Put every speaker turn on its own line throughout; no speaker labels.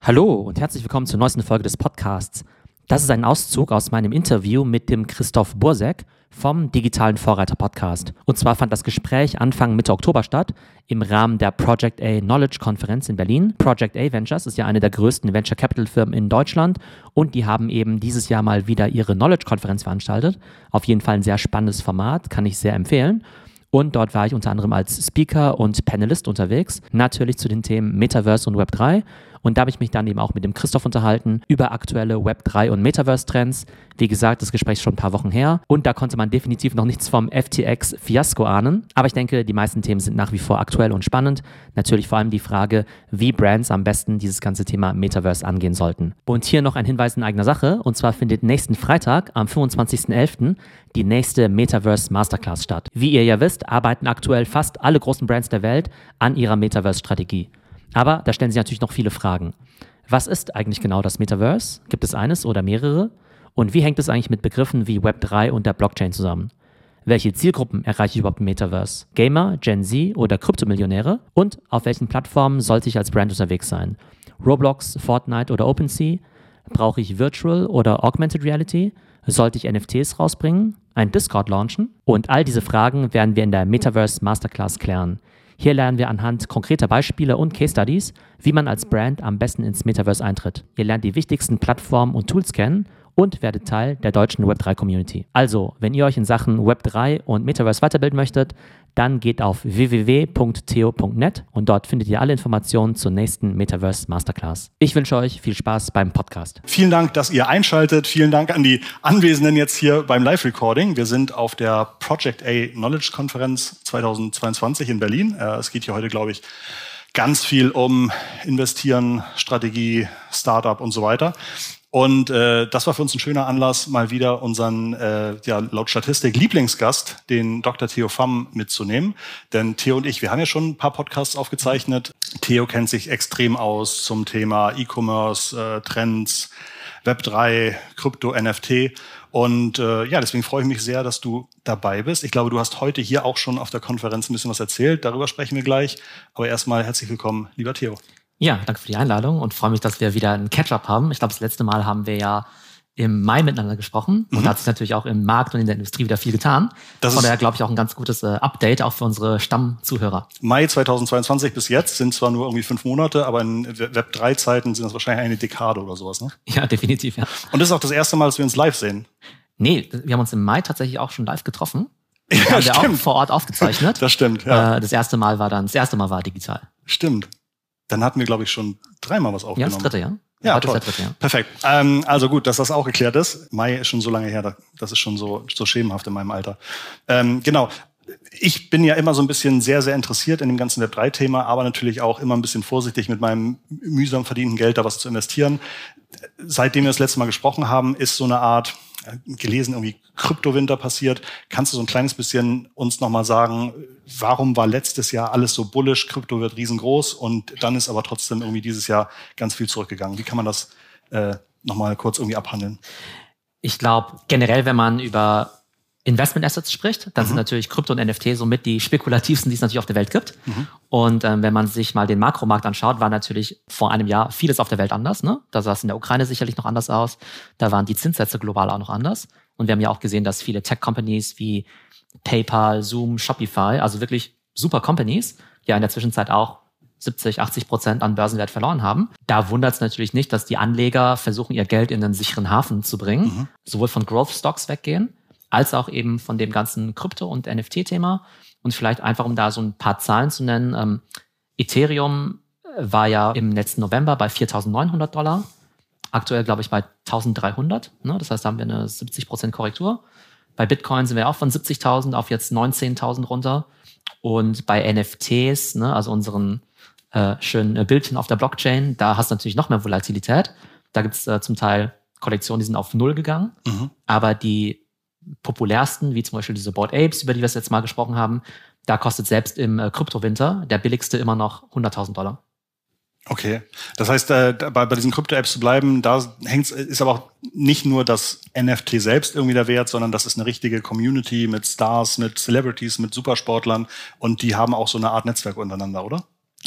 Hallo und herzlich willkommen zur neuesten Folge des Podcasts. Das ist ein Auszug aus meinem Interview mit dem Christoph Bursek vom Digitalen Vorreiter Podcast. Und zwar fand das Gespräch Anfang Mitte Oktober statt im Rahmen der Project A Knowledge Konferenz in Berlin. Project A Ventures ist ja eine der größten Venture Capital Firmen in Deutschland und die haben eben dieses Jahr mal wieder ihre Knowledge Konferenz veranstaltet. Auf jeden Fall ein sehr spannendes Format, kann ich sehr empfehlen. Und dort war ich unter anderem als Speaker und Panelist unterwegs, natürlich zu den Themen Metaverse und Web3. Und da habe ich mich dann eben auch mit dem Christoph unterhalten über aktuelle Web3 und Metaverse-Trends. Wie gesagt, das Gespräch ist schon ein paar Wochen her und da konnte man definitiv noch nichts vom FTX-Fiasko ahnen. Aber ich denke, die meisten Themen sind nach wie vor aktuell und spannend. Natürlich vor allem die Frage, wie Brands am besten dieses ganze Thema Metaverse angehen sollten. Und hier noch ein Hinweis in eigener Sache. Und zwar findet nächsten Freitag, am 25.11., die nächste Metaverse Masterclass statt. Wie ihr ja wisst, arbeiten aktuell fast alle großen Brands der Welt an ihrer Metaverse-Strategie. Aber da stellen sich natürlich noch viele Fragen. Was ist eigentlich genau das Metaverse? Gibt es eines oder mehrere? Und wie hängt es eigentlich mit Begriffen wie Web3 und der Blockchain zusammen? Welche Zielgruppen erreiche ich überhaupt im Metaverse? Gamer, Gen Z oder Kryptomillionäre? Und auf welchen Plattformen sollte ich als Brand unterwegs sein? Roblox, Fortnite oder OpenSea? Brauche ich Virtual oder Augmented Reality? Sollte ich NFTs rausbringen? Ein Discord launchen? Und all diese Fragen werden wir in der Metaverse Masterclass klären. Hier lernen wir anhand konkreter Beispiele und Case Studies, wie man als Brand am besten ins Metaverse eintritt. Ihr lernt die wichtigsten Plattformen und Tools kennen und werdet Teil der deutschen Web3-Community. Also, wenn ihr euch in Sachen Web3 und Metaverse weiterbilden möchtet, dann geht auf www.theo.net und dort findet ihr alle Informationen zur nächsten Metaverse Masterclass. Ich wünsche euch viel Spaß beim Podcast.
Vielen Dank, dass ihr einschaltet. Vielen Dank an die Anwesenden jetzt hier beim Live-Recording. Wir sind auf der Project A Knowledge Konferenz 2022 in Berlin. Es geht hier heute, glaube ich, ganz viel um Investieren, Strategie, Startup und so weiter. Und das war für uns ein schöner Anlass, mal wieder unseren laut Statistik Lieblingsgast, den Dr. Theo Pham, mitzunehmen. Denn Theo und ich, wir haben ja schon ein paar Podcasts aufgezeichnet. Theo kennt sich extrem aus zum Thema E-Commerce, Trends, Web3, Krypto, NFT. Und deswegen freue ich mich sehr, dass du dabei bist. Ich glaube, du hast heute hier auch schon auf der Konferenz ein bisschen was erzählt. Darüber sprechen wir gleich. Aber erstmal herzlich willkommen, lieber Theo.
Ja, danke für die Einladung und freue mich, dass wir wieder einen Catch-up haben. Ich glaube, das letzte Mal haben wir ja im Mai miteinander gesprochen und da hat sich natürlich auch im Markt und in der Industrie wieder viel getan. Von daher, glaube ich, auch ein ganz gutes Update auch für unsere Stammzuhörer.
Mai 2022 bis jetzt sind zwar nur irgendwie 5 Monate, aber in Web3-Zeiten sind das wahrscheinlich eine Dekade oder sowas, ne?
Ja, definitiv, ja.
Und das ist auch das erste Mal, dass wir uns live sehen.
Nee, wir haben uns im Mai tatsächlich auch schon live getroffen. Ja, haben wir auch vor Ort aufgezeichnet.
Das stimmt, ja.
Das erste Mal war digital.
Stimmt. Dann hatten wir, glaube ich, schon 3-mal was aufgenommen.
Ja, das dritte, ja.
Ja,
heute
toll.
ist der dritte, ja.
Perfekt. Also gut, dass das auch geklärt ist. Mai ist schon so lange her, das ist schon so schemenhaft in meinem Alter. Genau. Ich bin ja immer so ein bisschen sehr, sehr interessiert in dem ganzen Web3-Thema, aber natürlich auch immer ein bisschen vorsichtig mit meinem mühsam verdienten Geld da was zu investieren. Seitdem wir das letzte Mal gesprochen haben, ist so eine Art, gelesen, irgendwie Kryptowinter passiert. Kannst du so ein kleines bisschen uns nochmal sagen, warum war letztes Jahr alles so bullish, Krypto wird riesengroß und dann ist aber trotzdem irgendwie dieses Jahr ganz viel zurückgegangen? Wie kann man das nochmal kurz irgendwie abhandeln?
Ich glaube, generell, wenn man über Investment Assets spricht, dann sind natürlich Krypto und NFT somit die spekulativsten, die es natürlich auf der Welt gibt. Und wenn man sich mal den Makromarkt anschaut, war natürlich vor einem Jahr vieles auf der Welt anders. Ne? Da sah es in der Ukraine sicherlich noch anders aus. Da waren die Zinssätze global auch noch anders. Und wir haben ja auch gesehen, dass viele Tech-Companies wie PayPal, Zoom, Shopify, also wirklich super Companies, ja in der Zwischenzeit auch 70-80% an Börsenwert verloren haben. Da wundert es natürlich nicht, dass die Anleger versuchen, ihr Geld in einen sicheren Hafen zu bringen, sowohl von Growth-Stocks weggehen, als auch eben von dem ganzen Krypto- und NFT-Thema. Und vielleicht einfach, um da so ein paar Zahlen zu nennen, Ethereum war ja im letzten November bei $4.900. Aktuell, glaube ich, bei 1.300. Ne? Das heißt, da haben wir eine 70% Korrektur. Bei Bitcoin sind wir auch von 70.000 auf jetzt 19.000 runter. Und bei NFTs, ne, also unseren schönen Bildchen auf der Blockchain, da hast du natürlich noch mehr Volatilität. Da gibt es zum Teil Kollektionen, die sind auf 0 gegangen. Aber die populärsten, wie zum Beispiel diese Bored Apes, über die wir das jetzt mal gesprochen haben, da kostet selbst im Kryptowinter der billigste immer noch $100.000.
Okay, das heißt, bei diesen Krypto-Apps zu bleiben, da ist aber auch nicht nur das NFT selbst irgendwie der Wert, sondern das ist eine richtige Community mit Stars, mit Celebrities, mit Supersportlern und die haben auch so eine Art Netzwerk untereinander, oder?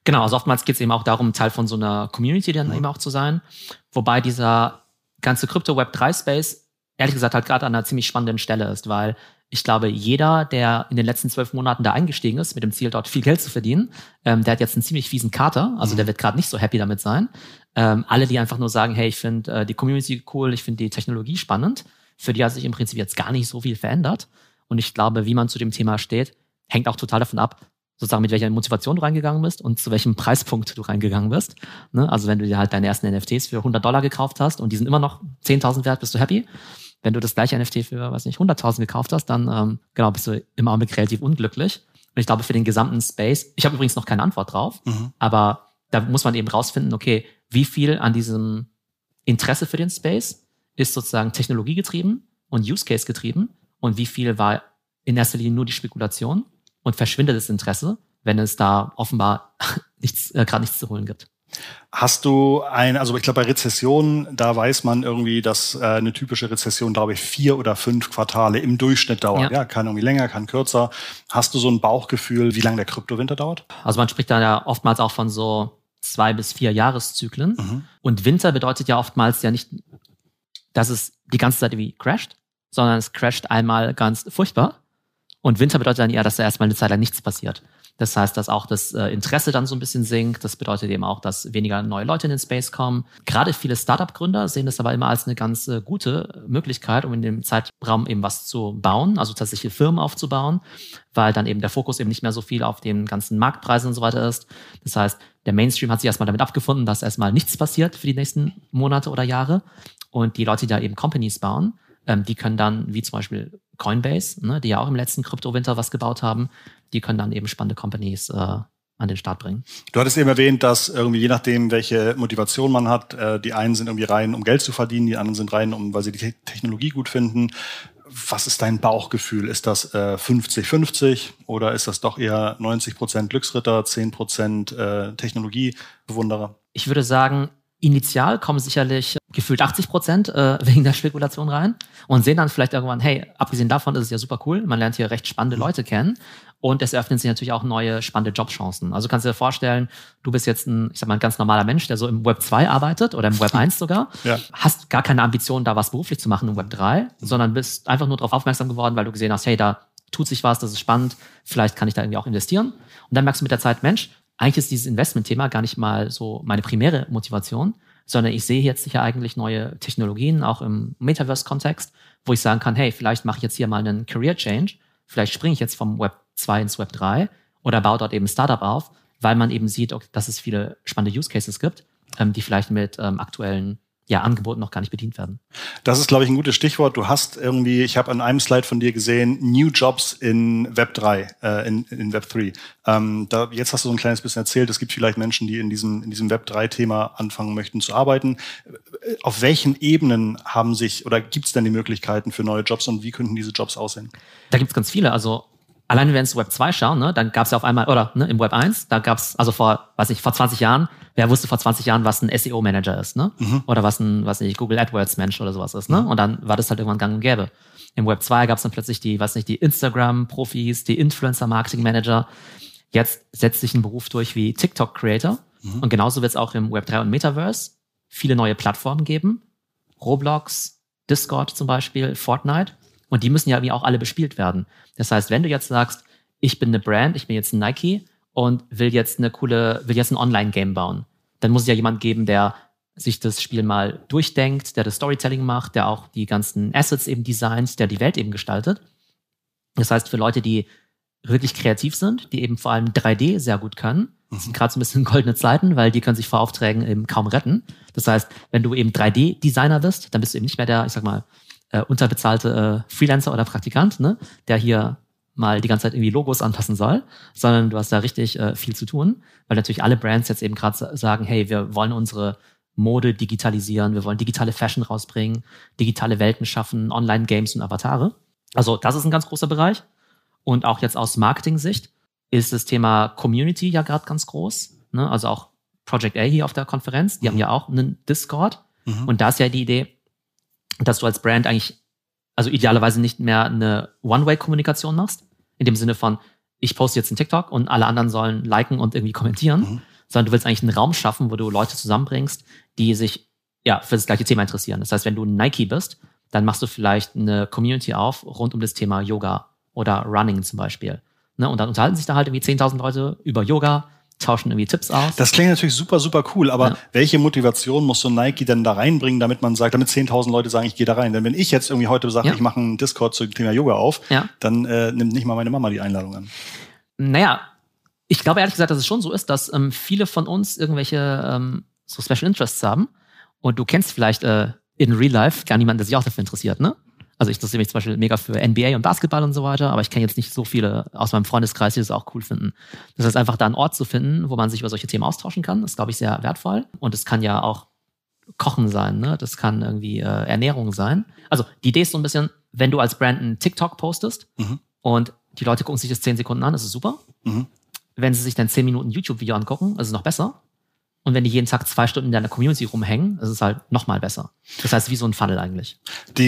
Genau, also oftmals geht es eben auch darum, Teil von so einer Community dann eben auch zu sein. Wobei dieser ganze Krypto-Web3-Space ehrlich gesagt halt gerade an einer ziemlich spannenden Stelle ist, weil ich glaube, jeder, der in den letzten 12 Monaten da eingestiegen ist, mit dem Ziel, dort viel Geld zu verdienen, der hat jetzt einen ziemlich fiesen Kater, also der wird gerade nicht so happy damit sein. Alle, die einfach nur sagen, hey, ich finde die Community cool, ich finde die Technologie spannend, für die hat sich im Prinzip jetzt gar nicht so viel verändert. Und ich glaube, wie man zu dem Thema steht, hängt auch total davon ab, sozusagen mit welcher Motivation du reingegangen bist und zu welchem Preispunkt du reingegangen bist. Ne? Also wenn du dir halt deine ersten NFTs für $100 gekauft hast und die sind immer noch 10.000 wert, bist du happy. Wenn du das gleiche NFT für, 100.000 gekauft hast, dann bist du im Augenblick relativ unglücklich. Und ich glaube, für den gesamten Space, ich habe übrigens noch keine Antwort drauf, aber da muss man eben rausfinden, okay, wie viel an diesem Interesse für den Space ist sozusagen Technologie getrieben und Use Case getrieben und wie viel war in erster Linie nur die Spekulation und verschwindet das Interesse, wenn es da offenbar gerade nichts zu holen gibt.
Hast du also ich glaube bei Rezessionen, da weiß man irgendwie, dass eine typische Rezession, glaube ich, 4 oder 5 Quartale im Durchschnitt dauert. Ja, kann irgendwie länger, kann kürzer. Hast du so ein Bauchgefühl, wie lange der Kryptowinter dauert?
Also man spricht da ja oftmals auch von so 2 bis 4 Jahreszyklen. Und Winter bedeutet ja oftmals ja nicht, dass es die ganze Zeit irgendwie crasht, sondern es crasht einmal ganz furchtbar. Und Winter bedeutet dann eher, dass da erstmal eine Zeit lang nichts passiert. Das heißt, dass auch das Interesse dann so ein bisschen sinkt. Das bedeutet eben auch, dass weniger neue Leute in den Space kommen. Gerade viele Startup-Gründer sehen das aber immer als eine ganz gute Möglichkeit, um in dem Zeitraum eben was zu bauen, also tatsächlich Firmen aufzubauen, weil dann eben der Fokus eben nicht mehr so viel auf den ganzen Marktpreisen und so weiter ist. Das heißt, der Mainstream hat sich erstmal damit abgefunden, dass erstmal nichts passiert für die nächsten Monate oder Jahre. Und die Leute, die da eben Companies bauen, die können dann, wie zum Beispiel Coinbase, ne, die ja auch im letzten Kryptowinter was gebaut haben, die können dann eben spannende Companies an den Start bringen.
Du hattest eben erwähnt, dass irgendwie je nachdem, welche Motivation man hat, die einen sind irgendwie rein, um Geld zu verdienen, die anderen sind rein, weil sie die Technologie gut finden. Was ist dein Bauchgefühl? Ist das 50-50 oder ist das doch eher 90% Glücksritter, 10% Technologiebewunderer?
Ich würde sagen, initial kommen sicherlich gefühlt 80% wegen der Spekulation rein und sehen dann vielleicht irgendwann, hey, abgesehen davon ist es ja super cool, man lernt hier recht spannende Leute kennen und es eröffnen sich natürlich auch neue spannende Jobchancen. Also kannst du dir vorstellen, du bist jetzt ein ganz normaler Mensch, der so im Web 2 arbeitet oder im Web 1 sogar, hast gar keine Ambition, da was beruflich zu machen im Web 3, sondern bist einfach nur darauf aufmerksam geworden, weil du gesehen hast, hey, da tut sich was, das ist spannend, vielleicht kann ich da irgendwie auch investieren. Und dann merkst du mit der Zeit, Mensch, eigentlich ist dieses Investmentthema gar nicht mal so meine primäre Motivation, sondern ich sehe jetzt sicher eigentlich neue Technologien, auch im Metaverse-Kontext, wo ich sagen kann, hey, vielleicht mache ich jetzt hier mal einen Career-Change, vielleicht springe ich jetzt vom Web 2 ins Web 3 oder baue dort eben ein Startup auf, weil man eben sieht, okay, dass es viele spannende Use-Cases gibt, die vielleicht mit aktuellen Angeboten noch gar nicht bedient werden.
Das ist, glaube ich, ein gutes Stichwort. Du hast irgendwie, ich habe an einem Slide von dir gesehen, New Jobs in Web 3, in Web 3. Jetzt hast du so ein kleines bisschen erzählt, es gibt vielleicht Menschen, die in diesem Web 3-Thema anfangen möchten zu arbeiten. Auf welchen Ebenen gibt es denn die Möglichkeiten für neue Jobs und wie könnten diese Jobs aussehen? Da
gibt es ganz viele. Also allein wenn wir ins Web 2 schauen, ne, dann gab es ja auf einmal, oder ne, im Web 1, da gab es, also vor 20 Jahren, wer wusste vor 20 Jahren, was ein SEO-Manager ist, ne? Oder was ein Google AdWords-Mensch oder sowas ist, ne? Und dann war das halt irgendwann gang und gäbe. Im Web 2 gab es dann plötzlich die Instagram-Profis, die Influencer-Marketing-Manager. Jetzt setzt sich ein Beruf durch wie TikTok-Creator. Und genauso wird es auch im Web 3 und Metaverse viele neue Plattformen geben. Roblox, Discord zum Beispiel, Fortnite. Und die müssen ja irgendwie auch alle bespielt werden. Das heißt, wenn du jetzt sagst, ich bin eine Brand, ich bin jetzt ein Nike und will jetzt ein Online-Game bauen, dann muss es ja jemand geben, der sich das Spiel mal durchdenkt, der das Storytelling macht, der auch die ganzen Assets eben designt, der die Welt eben gestaltet. Das heißt, für Leute, die wirklich kreativ sind, die eben vor allem 3D sehr gut können, sind gerade so ein bisschen goldene Zeiten, weil die können sich vor Aufträgen eben kaum retten. Das heißt, wenn du eben 3D-Designer bist, dann bist du eben nicht mehr der, unterbezahlte Freelancer oder Praktikant, ne, der hier mal die ganze Zeit irgendwie Logos anpassen soll, sondern du hast da richtig viel zu tun, weil natürlich alle Brands jetzt eben gerade sagen, hey, wir wollen unsere Mode digitalisieren, wir wollen digitale Fashion rausbringen, digitale Welten schaffen, Online-Games und Avatare. Also das ist ein ganz großer Bereich. Und auch jetzt aus Marketing-Sicht ist das Thema Community ja gerade ganz groß. Ne? Also auch Project A hier auf der Konferenz, die haben ja auch einen Discord. Und da ist ja die Idee, dass du als Brand eigentlich, also idealerweise nicht mehr eine One-Way-Kommunikation machst, in dem Sinne von, ich poste jetzt einen TikTok und alle anderen sollen liken und irgendwie kommentieren, sondern du willst eigentlich einen Raum schaffen, wo du Leute zusammenbringst, die sich für das gleiche Thema interessieren. Das heißt, wenn du Nike bist, dann machst du vielleicht eine Community auf rund um das Thema Yoga oder Running zum Beispiel. Ne? Und dann unterhalten sich da halt irgendwie 10.000 Leute über Yoga, tauschen irgendwie Tipps aus.
Das klingt natürlich super, super cool, aber welche Motivation muss so Nike denn da reinbringen, damit 10.000 Leute sagen, ich gehe da rein? Denn wenn ich jetzt irgendwie heute sage, ich mache einen Discord zum Thema Yoga auf, dann nimmt nicht mal meine Mama die Einladung an.
Naja, ich glaube ehrlich gesagt, dass es schon so ist, dass viele von uns irgendwelche so Special Interests haben und du kennst vielleicht in Real Life gar niemanden, der sich auch dafür interessiert, ne? Also ich interessiere mich zum Beispiel mega für NBA und Basketball und so weiter, aber ich kenne jetzt nicht so viele aus meinem Freundeskreis, die das auch cool finden. Das heißt, einfach da einen Ort zu finden, wo man sich über solche Themen austauschen kann, ist, glaube ich, sehr wertvoll. Und es kann ja auch Kochen sein, ne? Das kann irgendwie Ernährung sein. Also die Idee ist so ein bisschen, wenn du als Brand einen TikTok postest und die Leute gucken sich das 10 Sekunden an, das ist super. Wenn sie sich dann 10 Minuten YouTube-Video angucken, ist es noch besser. Und wenn die jeden Tag 2 Stunden in deiner Community rumhängen, ist es halt noch mal besser. Das heißt, wie so ein Funnel eigentlich.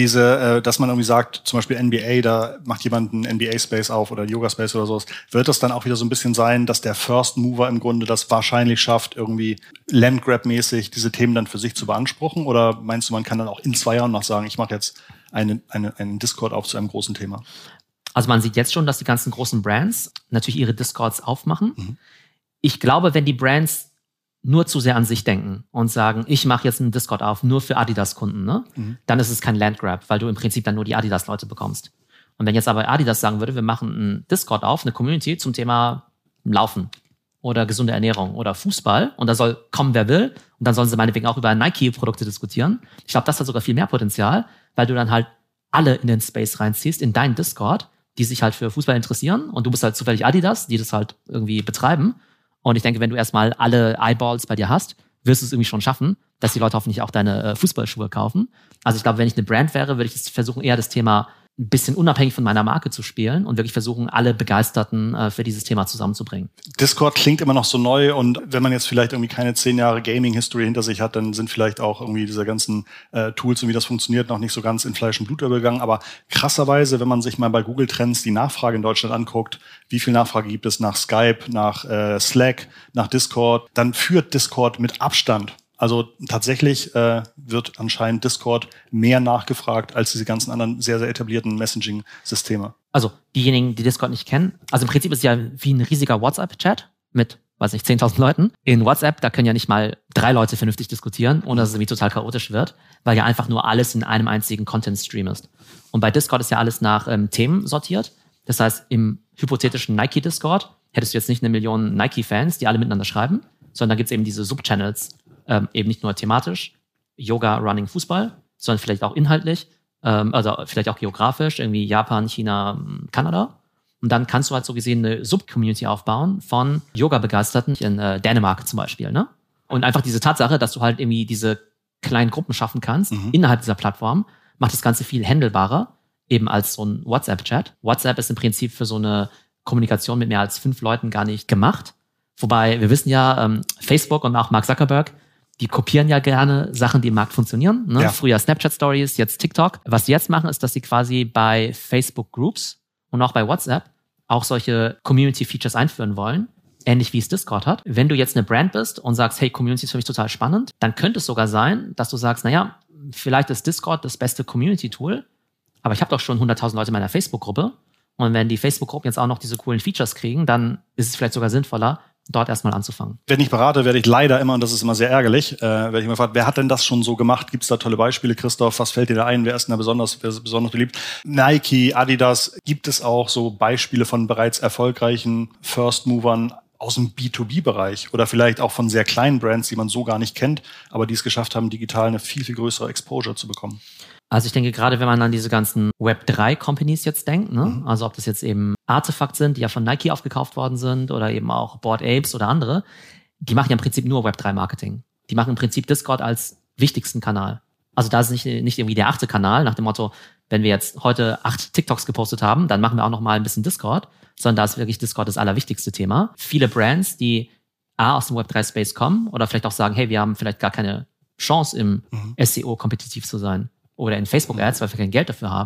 Dass man irgendwie sagt, zum Beispiel NBA, da macht jemand einen NBA-Space auf oder einen Yoga-Space oder sowas, wird das dann auch wieder so ein bisschen sein, dass der First Mover im Grunde das wahrscheinlich schafft, irgendwie Landgrab-mäßig diese Themen dann für sich zu beanspruchen? Oder meinst du, man kann dann auch in 2 Jahren noch sagen, ich mache jetzt einen Discord auf zu einem großen Thema?
Also man sieht jetzt schon, dass die ganzen großen Brands natürlich ihre Discords aufmachen. Ich glaube, wenn die Brands nur zu sehr an sich denken und sagen, ich mache jetzt einen Discord auf, nur für Adidas-Kunden, ne? Dann ist es kein Landgrab, weil du im Prinzip dann nur die Adidas-Leute bekommst. Und wenn jetzt aber Adidas sagen würde, wir machen einen Discord auf, eine Community zum Thema Laufen oder gesunde Ernährung oder Fußball und da soll kommen, wer will und dann sollen sie meinetwegen auch über Nike-Produkte diskutieren. Ich glaube, das hat sogar viel mehr Potenzial, weil du dann halt alle in den Space reinziehst, in deinen Discord, die sich halt für Fußball interessieren und du bist halt zufällig Adidas, die das halt irgendwie betreiben. Und ich denke, wenn du erstmal alle Eyeballs bei dir hast, wirst du es irgendwie schon schaffen, dass die Leute hoffentlich auch deine Fußballschuhe kaufen. Also ich glaube, wenn ich eine Brand wäre, würde ich jetzt versuchen, eher das Thema ein bisschen unabhängig von meiner Marke zu spielen und wirklich versuchen, alle Begeisterten für dieses Thema zusammenzubringen.
Discord klingt immer noch so neu und wenn man jetzt vielleicht irgendwie keine 10 Jahre Gaming-History hinter sich hat, dann sind vielleicht auch irgendwie diese ganzen Tools und wie das funktioniert noch nicht so ganz in Fleisch und Blut übergegangen. Aber krasserweise, wenn man sich mal bei Google Trends die Nachfrage in Deutschland anguckt, wie viel Nachfrage gibt es nach Skype, nach Slack, nach Discord, dann führt Discord mit Abstand. Also tatsächlich wird anscheinend Discord mehr nachgefragt als diese ganzen anderen sehr, sehr etablierten Messaging-Systeme.
Also diejenigen, die Discord nicht kennen, also im Prinzip ist es ja wie ein riesiger WhatsApp-Chat mit, 10.000 Leuten. In WhatsApp, da können ja nicht mal 3 Leute vernünftig diskutieren, ohne dass es irgendwie total chaotisch wird, weil ja einfach nur alles in einem einzigen Content-Stream ist. Und bei Discord ist ja alles nach Themen sortiert. Das heißt, im hypothetischen Nike-Discord hättest du jetzt nicht 1 Million Nike-Fans, die alle miteinander schreiben, sondern da gibt es eben diese Subchannels, eben nicht nur thematisch, Yoga, Running, Fußball, sondern vielleicht auch inhaltlich, also vielleicht auch geografisch, irgendwie Japan, China, Kanada. Und dann kannst du halt so gesehen eine Sub-Community aufbauen von Yoga-Begeisterten in Dänemark zum Beispiel, ne? Und einfach diese Tatsache, dass du halt irgendwie diese kleinen Gruppen schaffen kannst innerhalb dieser Plattform, macht das Ganze viel handelbarer, eben als so ein WhatsApp-Chat. WhatsApp ist im Prinzip für so eine Kommunikation mit mehr als 5 Leuten gar nicht gemacht. Wobei, wir wissen ja, Facebook und auch Mark Zuckerberg, die kopieren ja gerne Sachen, die im Markt funktionieren. Ne? Ja. Früher Snapchat-Stories, jetzt TikTok. Was sie jetzt machen, ist, dass sie quasi bei Facebook-Groups und auch bei WhatsApp auch solche Community-Features einführen wollen, ähnlich wie es Discord hat. Wenn du jetzt eine Brand bist und sagst, hey, Community ist für mich total spannend, dann könnte es sogar sein, dass du sagst, naja, vielleicht ist Discord das beste Community-Tool, aber ich habe doch schon 100.000 Leute in meiner Facebook-Gruppe und wenn die Facebook-Gruppen jetzt auch noch diese coolen Features kriegen, dann ist es vielleicht sogar sinnvoller, dort erstmal anzufangen.
Wenn ich berate, werde ich leider immer, und das ist immer sehr ärgerlich, werde ich immer gefragt, wer hat denn das schon so gemacht? Gibt es da tolle Beispiele, Christoph? Was fällt dir da ein? Wer ist denn da besonders beliebt? Nike, Adidas, gibt es auch so Beispiele von bereits erfolgreichen First-Movern aus dem B2B-Bereich oder vielleicht auch von sehr kleinen Brands, die man so gar nicht kennt, aber die es geschafft haben, digital eine viel, viel größere Exposure zu bekommen?
Also ich denke, gerade wenn man an diese ganzen Web3-Companies jetzt denkt, ne? Also ob das jetzt eben Artefakt sind, die ja von Nike aufgekauft worden sind oder eben auch Bored Apes oder andere, die machen ja im Prinzip nur Web3-Marketing. Die machen im Prinzip Discord als wichtigsten Kanal. Also da ist nicht irgendwie der 8. Kanal nach dem Motto, wenn wir jetzt heute 8 TikToks gepostet haben, dann machen wir auch noch mal ein bisschen Discord, sondern da ist wirklich Discord das allerwichtigste Thema. Viele Brands, die aus dem Web3-Space kommen oder vielleicht auch sagen, hey, wir haben vielleicht gar keine Chance im SEO kompetitiv zu sein oder in Facebook-Ads, weil wir kein Geld dafür haben,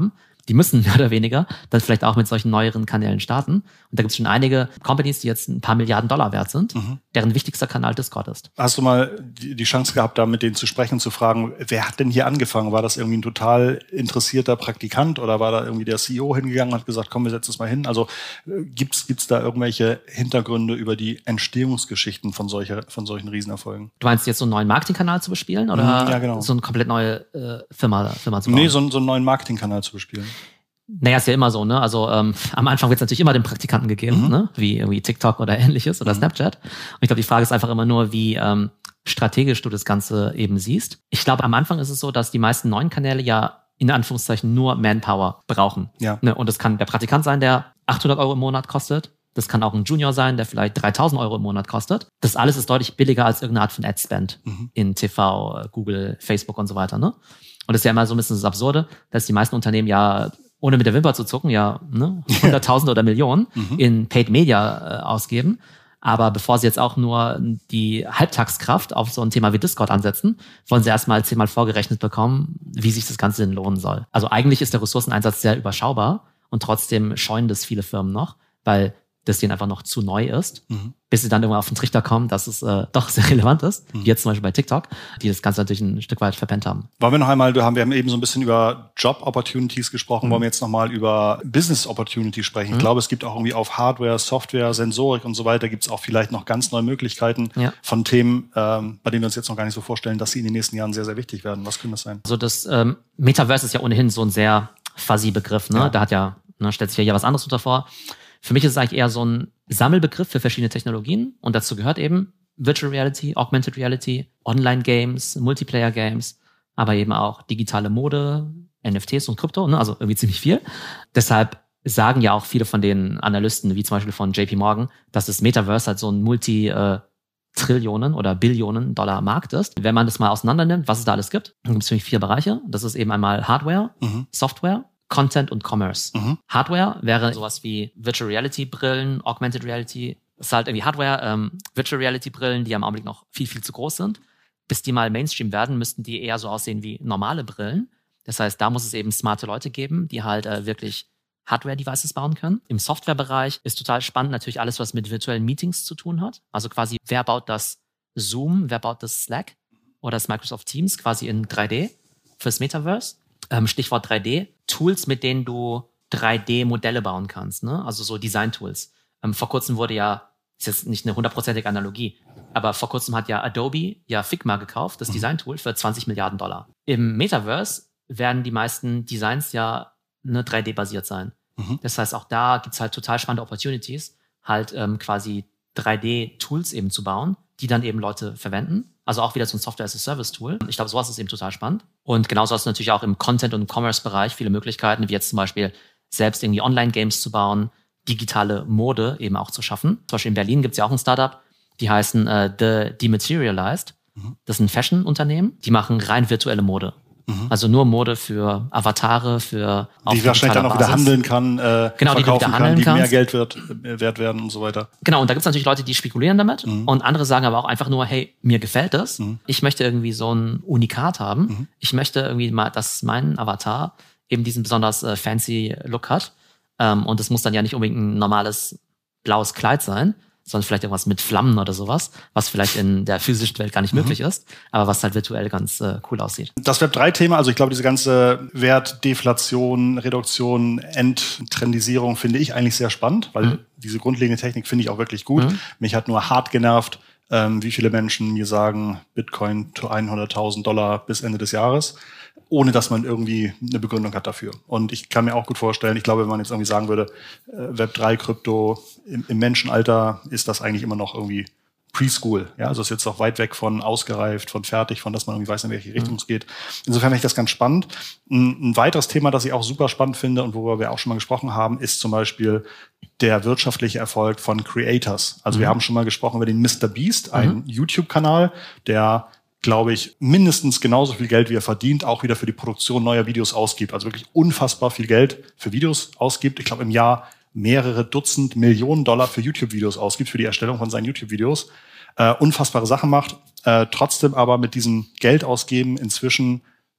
die müssen mehr oder weniger dann vielleicht auch mit solchen neueren Kanälen starten. Und da gibt es schon einige Companies, die jetzt ein paar Milliarden Dollar wert sind, deren wichtigster Kanal Discord ist.
Hast du mal die Chance gehabt, da mit denen zu sprechen und zu fragen, wer hat denn hier angefangen? War das irgendwie ein total interessierter Praktikant oder war da irgendwie der CEO hingegangen und hat gesagt, komm, wir setzen es mal hin? Also gibt's da irgendwelche Hintergründe über die Entstehungsgeschichten von solchen Riesenerfolgen?
Du meinst jetzt so einen neuen Marketingkanal zu bespielen oder
ja, genau.
so eine komplett neue Firma zu bauen?
Nee, so einen neuen Marketingkanal zu bespielen.
Naja, ist ja immer so, ne? Also am Anfang wird es natürlich immer den Praktikanten gegeben, ne? Wie irgendwie TikTok oder ähnliches oder Snapchat. Und ich glaube, die Frage ist einfach immer nur, wie strategisch du das Ganze eben siehst. Ich glaube, am Anfang ist es so, dass die meisten neuen Kanäle ja in Anführungszeichen nur Manpower brauchen.
Ja.
Ne? Und das kann der Praktikant sein, der 800 Euro im Monat kostet. Das kann auch ein Junior sein, der vielleicht 3.000 Euro im Monat kostet. Das alles ist deutlich billiger als irgendeine Art von Ad-Spend in TV, Google, Facebook und so weiter, ne? Und das ist ja immer so ein bisschen das Absurde, dass die meisten Unternehmen ja, ohne mit der Wimper zu zucken, ja, ne, Hunderttausende oder Millionen in Paid Media ausgeben. Aber bevor sie jetzt auch nur die Halbtagskraft auf so ein Thema wie Discord ansetzen, wollen sie erstmal 10-mal vorgerechnet bekommen, wie sich das Ganze denn lohnen soll. Also eigentlich ist der Ressourceneinsatz sehr überschaubar und trotzdem scheuen das viele Firmen noch, weil das denen einfach noch zu neu ist, bis sie dann irgendwann auf den Trichter kommen, dass es doch sehr relevant ist, wie jetzt zum Beispiel bei TikTok, die das Ganze natürlich ein Stück weit verpennt haben.
Wollen wir noch einmal, wir haben eben so ein bisschen über Job-Opportunities gesprochen, wollen wir jetzt nochmal über Business-Opportunities sprechen. Ich glaube, es gibt auch irgendwie auf Hardware, Software, Sensorik und so weiter, gibt es auch vielleicht noch ganz neue Möglichkeiten von Themen, bei denen wir uns jetzt noch gar nicht so vorstellen, dass sie in den nächsten Jahren sehr, sehr wichtig werden. Was könnte das sein?
Also das Metaverse ist ja ohnehin so ein sehr fuzzy Begriff, ne? Da stellt sich ja was anderes unter vor. Für mich ist es eigentlich eher so ein Sammelbegriff für verschiedene Technologien und dazu gehört eben Virtual Reality, Augmented Reality, Online-Games, Multiplayer-Games, aber eben auch digitale Mode, NFTs und Krypto, ne? Also irgendwie ziemlich viel. Deshalb sagen ja auch viele von den Analysten, wie zum Beispiel von JP Morgan, dass das Metaverse halt so ein Multi-Trillionen- oder Billionen-Dollar Markt ist. Wenn man das mal auseinander nimmt, was es da alles gibt, dann gibt es für mich 4 Bereiche. Das ist eben einmal Hardware, Software, Content und Commerce. Hardware wäre sowas wie Virtual Reality Brillen, Augmented Reality. Das ist halt irgendwie Hardware, Virtual Reality Brillen, die am Augenblick noch viel, viel zu groß sind. Bis die mal Mainstream werden, müssten die eher so aussehen wie normale Brillen. Das heißt, da muss es eben smarte Leute geben, die halt wirklich Hardware-Devices bauen können. Im Softwarebereich ist total spannend natürlich alles, was mit virtuellen Meetings zu tun hat. Also quasi, wer baut das Zoom, wer baut das Slack oder das Microsoft Teams quasi in 3D fürs Metaverse. Stichwort 3D. Tools, mit denen du 3D-Modelle bauen kannst, ne? Also so Design-Tools. Vor kurzem wurde ja, ist jetzt nicht eine 100%ige Analogie, aber vor kurzem hat ja Adobe Figma gekauft, das Design-Tool, für 20 Milliarden Dollar. Im Metaverse werden die meisten Designs ja 3D-basiert sein. Das heißt, auch da gibt's halt total spannende Opportunities, halt quasi 3D-Tools eben zu bauen, die dann eben Leute verwenden. Also auch wieder so ein Software-as-a-Service-Tool. Ich glaube, sowas ist eben total spannend. Und genauso hast du natürlich auch im Content- und im Commerce-Bereich viele Möglichkeiten, wie jetzt zum Beispiel selbst irgendwie Online-Games zu bauen, digitale Mode eben auch zu schaffen. Zum Beispiel in Berlin gibt es ja auch ein Startup, die heißen The Dematerialized. Das ist ein Fashion-Unternehmen. Die machen rein virtuelle Mode. Also nur Mode für Avatare, für
die wahrscheinlich dann auch wieder handeln kann,
genau,
verkaufen kann, die mehr Geld wert werden und so weiter.
Genau, und da gibt es natürlich Leute, die spekulieren damit und andere sagen aber auch einfach nur, hey, mir gefällt das. Ich möchte irgendwie so ein Unikat haben. Ich möchte irgendwie mal, dass mein Avatar eben diesen besonders fancy Look hat. Und es muss dann ja nicht unbedingt ein normales blaues Kleid sein, sondern vielleicht irgendwas mit Flammen oder sowas, was vielleicht in der physischen Welt gar nicht möglich ist, aber was halt virtuell ganz cool aussieht.
Das Web3-Thema, also ich glaube, diese ganze Wertdeflation, Reduktion, Enttrendisierung finde ich eigentlich sehr spannend, weil diese grundlegende Technik finde ich auch wirklich gut. Mich hat nur hart genervt, wie viele Menschen mir sagen, Bitcoin to 100.000 Dollar bis Ende des Jahres, ohne dass man irgendwie eine Begründung hat dafür. Und ich kann mir auch gut vorstellen, ich glaube, wenn man jetzt irgendwie sagen würde, Web3, Krypto, im Menschenalter ist das eigentlich immer noch irgendwie Preschool. Ja, also ist jetzt auch weit weg von ausgereift, von fertig, von dass man irgendwie weiß, in welche Richtung es geht. Insofern finde ich das ganz spannend. Ein weiteres Thema, das ich auch super spannend finde und worüber wir auch schon mal gesprochen haben, ist zum Beispiel der wirtschaftliche Erfolg von Creators. Also wir haben schon mal gesprochen über den MrBeast, einen YouTube-Kanal, der, glaube ich, mindestens genauso viel Geld, wie er verdient, auch wieder für die Produktion neuer Videos ausgibt. Also wirklich unfassbar viel Geld für Videos ausgibt. Ich glaube, im Jahr mehrere Dutzend Millionen Dollar für YouTube-Videos ausgibt, für die Erstellung von seinen YouTube-Videos. Unfassbare Sachen macht, trotzdem aber mit diesem Geld ausgeben inzwischen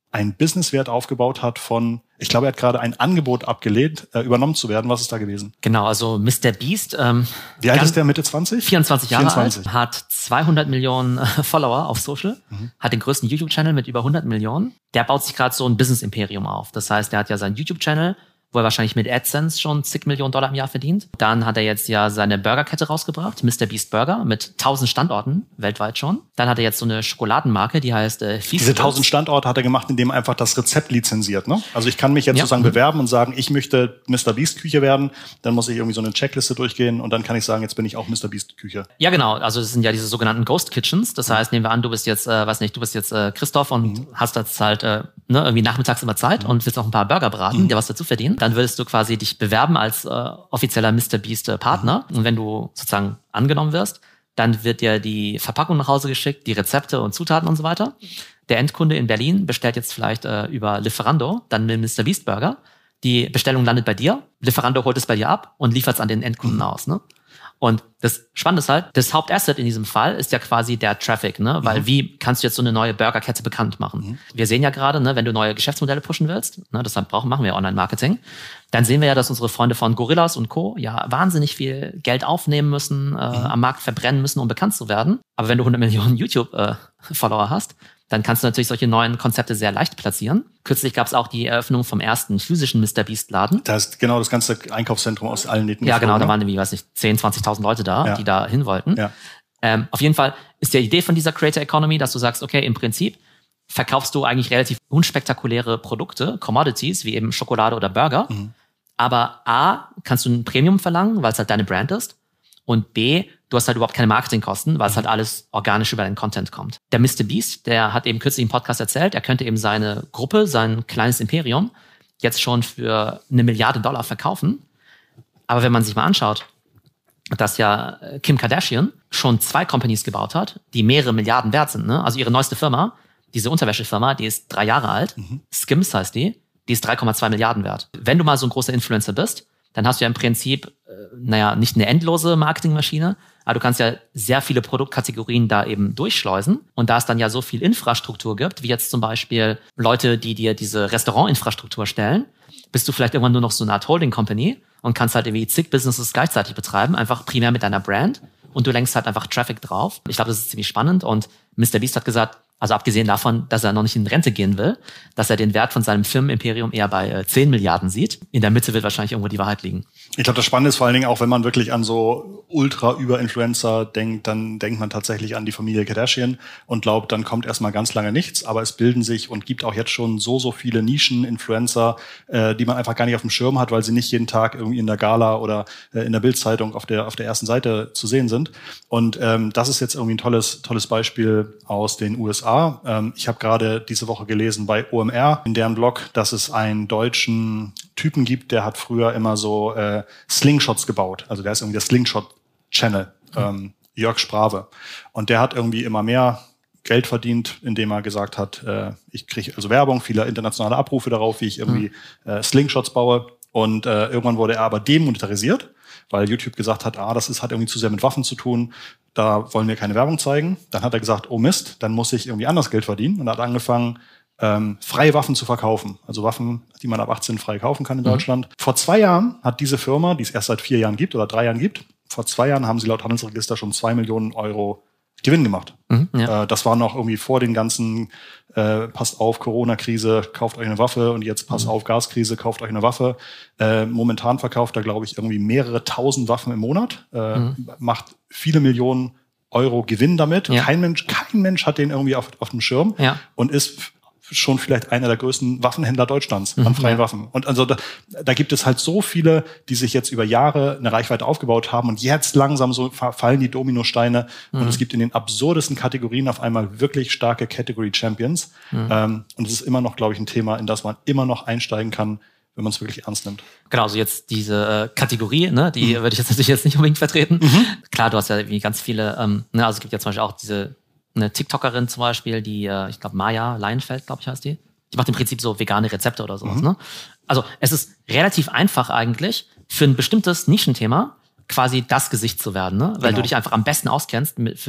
einen Businesswert aufgebaut hat von, ich glaube, er hat gerade ein Angebot abgelehnt, übernommen zu werden. Was ist da gewesen?
Genau, also MrBeast.
Wie alt ist der, Mitte 20?
24 Jahre alt, hat 200 Millionen Follower auf Social, hat den größten YouTube-Channel mit über 100 Millionen. Der baut sich gerade so ein Business-Imperium auf. Das heißt, der hat ja seinen YouTube-Channel, wo er wahrscheinlich mit AdSense schon zig Millionen Dollar im Jahr verdient. Dann hat er jetzt ja seine Burgerkette rausgebracht, MrBeast Burger, mit 1000 Standorten weltweit schon. Dann hat er jetzt so eine Schokoladenmarke, die heißt Feast.
Diese 1000 Standorte hat er gemacht, indem er einfach das Rezept lizenziert. Ne? Also ich kann mich jetzt sozusagen bewerben und sagen, ich möchte MrBeast Küche werden. Dann muss ich irgendwie so eine Checkliste durchgehen und dann kann ich sagen, jetzt bin ich auch MrBeast Küche.
Ja, genau. Also das sind ja diese sogenannten Ghost Kitchens. Das heißt, nehmen wir an, du bist jetzt, Christoph und hast jetzt halt irgendwie nachmittags immer Zeit und willst auch ein paar Burger braten, dir was dazu verdienen. Dann würdest du quasi dich bewerben als offizieller MrBeast Partner. Und wenn du sozusagen angenommen wirst, dann wird dir die Verpackung nach Hause geschickt, die Rezepte und Zutaten und so weiter. Der Endkunde in Berlin bestellt jetzt vielleicht über Lieferando dann den MrBeast Burger. Die Bestellung landet bei dir, Lieferando holt es bei dir ab und liefert es an den Endkunden aus. Ne? Und das Spannende ist halt, das Hauptasset in diesem Fall ist ja quasi der Traffic, ne? Weil wie kannst du jetzt so eine neue Burgerkette bekannt machen? Wir sehen ja gerade, ne, wenn du neue Geschäftsmodelle pushen willst, ne, deshalb machen wir Online-Marketing, dann sehen wir ja, dass unsere Freunde von Gorillas und Co. ja wahnsinnig viel Geld aufnehmen müssen, am Markt verbrennen müssen, um bekannt zu werden. Aber wenn du 100 Millionen YouTube-Follower hast, dann kannst du natürlich solche neuen Konzepte sehr leicht platzieren. Kürzlich gab es auch die Eröffnung vom ersten physischen MrBeast-Laden.
Da ist genau das ganze Einkaufszentrum aus allen Nähten.
Ja, genau, da waren irgendwie, 10.000, 20.000 Leute da, die da hin wollten. Ja. Auf jeden Fall ist die Idee von dieser Creator Economy, dass du sagst, okay, im Prinzip verkaufst du eigentlich relativ unspektakuläre Produkte, Commodities, wie eben Schokolade oder Burger. Aber A, kannst du ein Premium verlangen, weil es halt deine Brand ist. Und B, du hast halt überhaupt keine Marketingkosten, weil es halt alles organisch über deinen Content kommt. Der MrBeast, der hat eben kürzlich im Podcast erzählt, er könnte eben seine Gruppe, sein kleines Imperium, jetzt schon für $1 Milliarde verkaufen. Aber wenn man sich mal anschaut, dass ja Kim Kardashian schon 2 Companies gebaut hat, die mehrere Milliarden wert sind. Ne? Also ihre neueste Firma, diese Unterwäschefirma, die ist 3 Jahre alt. Skims heißt die ist 3,2 Milliarden wert. Wenn du mal so ein großer Influencer bist, dann hast du ja im Prinzip, nicht eine endlose Marketingmaschine, aber du kannst ja sehr viele Produktkategorien da eben durchschleusen. Und da es dann ja so viel Infrastruktur gibt, wie jetzt zum Beispiel Leute, die dir diese Restaurantinfrastruktur stellen, bist du vielleicht irgendwann nur noch so eine Art Holding Company und kannst halt irgendwie zig Businesses gleichzeitig betreiben, einfach primär mit deiner Brand. Und du lenkst halt einfach Traffic drauf. Ich glaube, das ist ziemlich spannend. Und MrBeast hat gesagt, also abgesehen davon, dass er noch nicht in Rente gehen will, dass er den Wert von seinem Firmenimperium eher bei 10 Milliarden sieht. In der Mitte wird wahrscheinlich irgendwo die Wahrheit liegen.
Ich glaube, das Spannende ist vor allen Dingen auch, wenn man wirklich an so Ultra-Über-Influencer denkt, dann denkt man tatsächlich an die Familie Kardashian und glaubt, dann kommt erstmal ganz lange nichts. Aber es bilden sich und gibt auch jetzt schon so viele Nischen-Influencer, die man einfach gar nicht auf dem Schirm hat, weil sie nicht jeden Tag irgendwie in der Gala oder in der Bild-Zeitung auf der ersten Seite zu sehen sind. Und das ist jetzt irgendwie ein tolles Beispiel aus den USA. Ich habe gerade diese Woche gelesen bei OMR in deren Blog, dass es einen deutschen Typen gibt, der hat früher immer so Slingshots gebaut. Also der ist irgendwie der Slingshot-Channel, Jörg Sprave. Und der hat irgendwie immer mehr Geld verdient, indem er gesagt hat, ich kriege also Werbung, viele internationale Abrufe darauf, wie ich irgendwie Slingshots baue. Und irgendwann wurde er aber demonetarisiert, weil YouTube gesagt hat, das hat irgendwie zu sehr mit Waffen zu tun, da wollen wir keine Werbung zeigen. Dann hat er gesagt, oh Mist, dann muss ich irgendwie anders Geld verdienen und hat angefangen, freie Waffen zu verkaufen. Also Waffen, die man ab 18 frei kaufen kann in Deutschland. Vor 2 Jahren hat diese Firma, die es erst seit 4 Jahren gibt oder 3 Jahren gibt, vor 2 Jahren haben sie laut Handelsregister schon 2 Millionen Euro Gewinn gemacht. Das war noch irgendwie vor den ganzen passt auf, Corona-Krise, kauft euch eine Waffe und jetzt passt auf, Gaskrise, kauft euch eine Waffe. Momentan verkauft er, glaube ich, irgendwie mehrere tausend Waffen im Monat, macht viele Millionen Euro Gewinn damit. Ja. Kein Mensch hat den irgendwie auf dem Schirm und ist schon vielleicht einer der größten Waffenhändler Deutschlands an freien Waffen. Und also da gibt es halt so viele, die sich jetzt über Jahre eine Reichweite aufgebaut haben und jetzt langsam so fallen die Dominosteine und es gibt in den absurdesten Kategorien auf einmal wirklich starke Category Champions. Und es ist immer noch, glaube ich, ein Thema, in das man immer noch einsteigen kann, wenn man es wirklich ernst nimmt.
Genau, also jetzt diese Kategorie, ne, die würde ich jetzt natürlich jetzt nicht unbedingt vertreten. Klar, du hast ja wie ganz viele, also es gibt ja zum Beispiel auch eine TikTokerin zum Beispiel, die, ich glaube, Maya Leinfeld, glaube ich, heißt die. Die macht im Prinzip so vegane Rezepte oder sowas. Ne? Also es ist relativ einfach eigentlich, für ein bestimmtes Nischenthema quasi das Gesicht zu werden, ne? Weil du dich einfach am besten auskennst für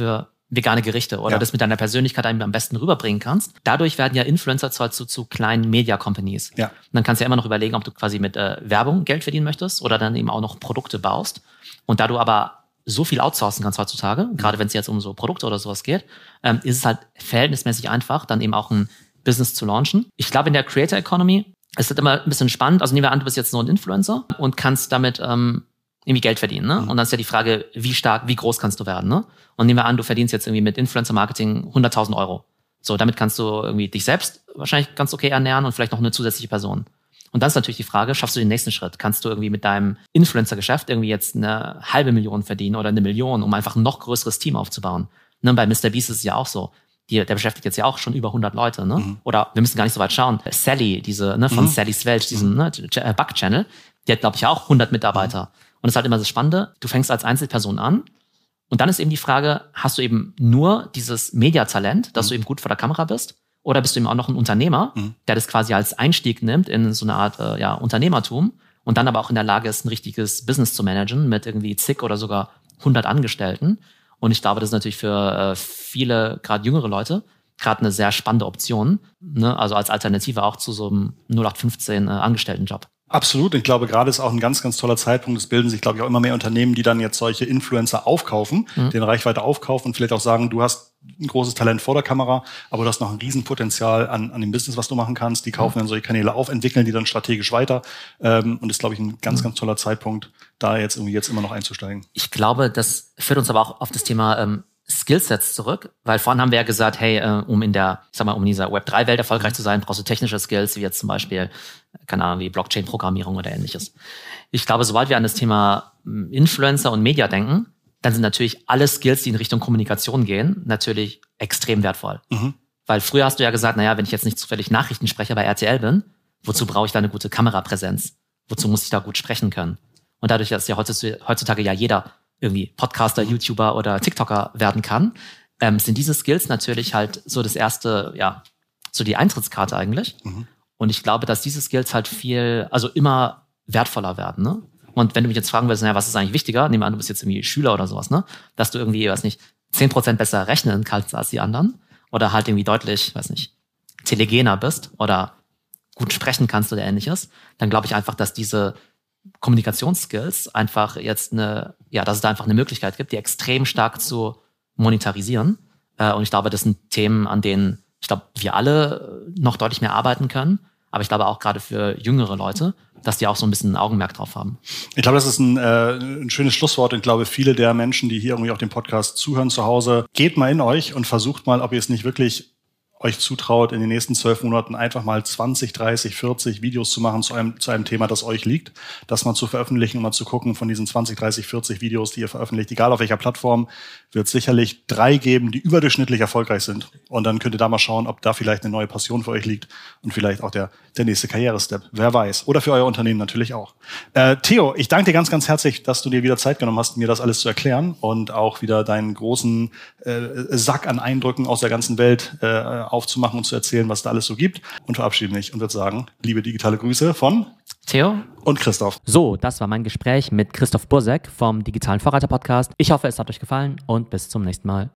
vegane Gerichte oder das mit deiner Persönlichkeit am besten rüberbringen kannst. Dadurch werden ja Influencer zu kleinen Media-Companies. Ja. Und dann kannst du ja immer noch überlegen, ob du quasi mit Werbung Geld verdienen möchtest oder dann eben auch noch Produkte baust. Und da du aber so viel outsourcen kannst heutzutage, gerade wenn es jetzt um so Produkte oder sowas geht, ist es halt verhältnismäßig einfach, dann eben auch ein Business zu launchen. Ich glaube, in der Creator Economy ist das immer ein bisschen spannend. Also nehmen wir an, du bist jetzt nur ein Influencer und kannst damit irgendwie Geld verdienen. Ne? Und dann ist ja die Frage, wie groß kannst du werden? Ne? Und nehmen wir an, du verdienst jetzt irgendwie mit Influencer-Marketing 100.000 Euro. So, damit kannst du irgendwie dich selbst wahrscheinlich ganz okay ernähren und vielleicht noch eine zusätzliche Person. Und dann ist natürlich die Frage, schaffst du den nächsten Schritt? Kannst du irgendwie mit deinem Influencer-Geschäft irgendwie jetzt 500.000 verdienen oder 1 Million, um einfach ein noch größeres Team aufzubauen? Ne? Bei MrBeast ist es ja auch so. Der beschäftigt jetzt ja auch schon über 100 Leute. Ne? Oder wir müssen gar nicht so weit schauen. Sally, von Sally's Welt, diesen Back-Channel, die hat, glaube ich, auch 100 Mitarbeiter. Und das ist halt immer das Spannende, du fängst als Einzelperson an und dann ist eben die Frage, hast du eben nur dieses Mediatalent, dass du eben gut vor der Kamera bist, oder bist du eben auch noch ein Unternehmer, der das quasi als Einstieg nimmt in so eine Art Unternehmertum und dann aber auch in der Lage ist, ein richtiges Business zu managen mit irgendwie zig oder sogar 100 Angestellten. Und ich glaube, das ist natürlich für viele, gerade jüngere Leute, gerade eine sehr spannende Option, ne? Also als Alternative auch zu so einem 0815 Angestelltenjob.
Absolut. Ich glaube, gerade ist auch ein ganz, ganz toller Zeitpunkt. Es bilden sich, glaube ich, auch immer mehr Unternehmen, die dann jetzt solche Influencer aufkaufen, den Reichweite aufkaufen und vielleicht auch sagen, du hast ein großes Talent vor der Kamera, aber du hast noch ein Riesenpotenzial an dem Business, was du machen kannst. Die kaufen dann solche Kanäle auf, entwickeln die dann strategisch weiter. Und ist, glaube ich, ein ganz, ganz toller Zeitpunkt, da jetzt immer noch einzusteigen.
Ich glaube, das führt uns aber auch auf das Thema Skillsets zurück, weil vorhin haben wir ja gesagt, hey, um in dieser Web3-Welt erfolgreich zu sein, brauchst du technische Skills, wie jetzt zum Beispiel, keine Ahnung, wie Blockchain-Programmierung oder ähnliches. Ich glaube, sobald wir an das Thema Influencer und Media denken, dann sind natürlich alle Skills, die in Richtung Kommunikation gehen, natürlich extrem wertvoll. Weil früher hast du ja gesagt, naja, wenn ich jetzt nicht zufällig Nachrichtensprecher bei RTL bin, wozu brauche ich da eine gute Kamerapräsenz? Wozu muss ich da gut sprechen können? Und dadurch, dass ja heutzutage ja jeder irgendwie Podcaster, YouTuber oder TikToker werden kann, sind diese Skills natürlich halt so das erste, so die Eintrittskarte eigentlich. Und ich glaube, dass diese Skills halt immer wertvoller werden, ne? Und wenn du mich jetzt fragen willst, naja, was ist eigentlich wichtiger? Nehmen wir an, du bist jetzt irgendwie Schüler oder sowas, ne? Dass du irgendwie, 10% besser rechnen kannst als die anderen oder halt irgendwie deutlich, telegener bist oder gut sprechen kannst oder ähnliches, dann glaube ich einfach, dass diese Kommunikationsskills einfach jetzt dass es da einfach eine Möglichkeit gibt, die extrem stark zu monetarisieren. Und ich glaube, das sind Themen, an denen wir alle noch deutlich mehr arbeiten können. Aber ich glaube auch gerade für jüngere Leute, dass die auch so ein bisschen ein Augenmerk drauf haben.
Ich glaube, das ist ein schönes Schlusswort. Ich glaube, viele der Menschen, die hier irgendwie auch dem Podcast zuhören zu Hause, geht mal in euch und versucht mal, ob ihr es nicht wirklich euch zutraut, in den nächsten 12 Monaten einfach mal 20, 30, 40 Videos zu machen zu einem Thema, das euch liegt, das mal zu veröffentlichen und mal zu gucken, von diesen 20, 30, 40 Videos, die ihr veröffentlicht, egal auf welcher Plattform, wird es sicherlich 3 geben, die überdurchschnittlich erfolgreich sind. Und dann könnt ihr da mal schauen, ob da vielleicht eine neue Passion für euch liegt und vielleicht auch der nächste Karrierestep. Wer weiß. Oder für euer Unternehmen natürlich auch. Theo, ich danke dir ganz, ganz herzlich, dass du dir wieder Zeit genommen hast, mir das alles zu erklären und auch wieder deinen großen Sack an Eindrücken aus der ganzen Welt aufzumachen und zu erzählen, was da alles so gibt. Und verabschiede mich und würde sagen, liebe digitale Grüße von
Theo
und Christoph.
So, das war mein Gespräch mit Christoph Bursek vom Digitalen Vorreiter Podcast. Ich hoffe, es hat euch gefallen und bis zum nächsten Mal.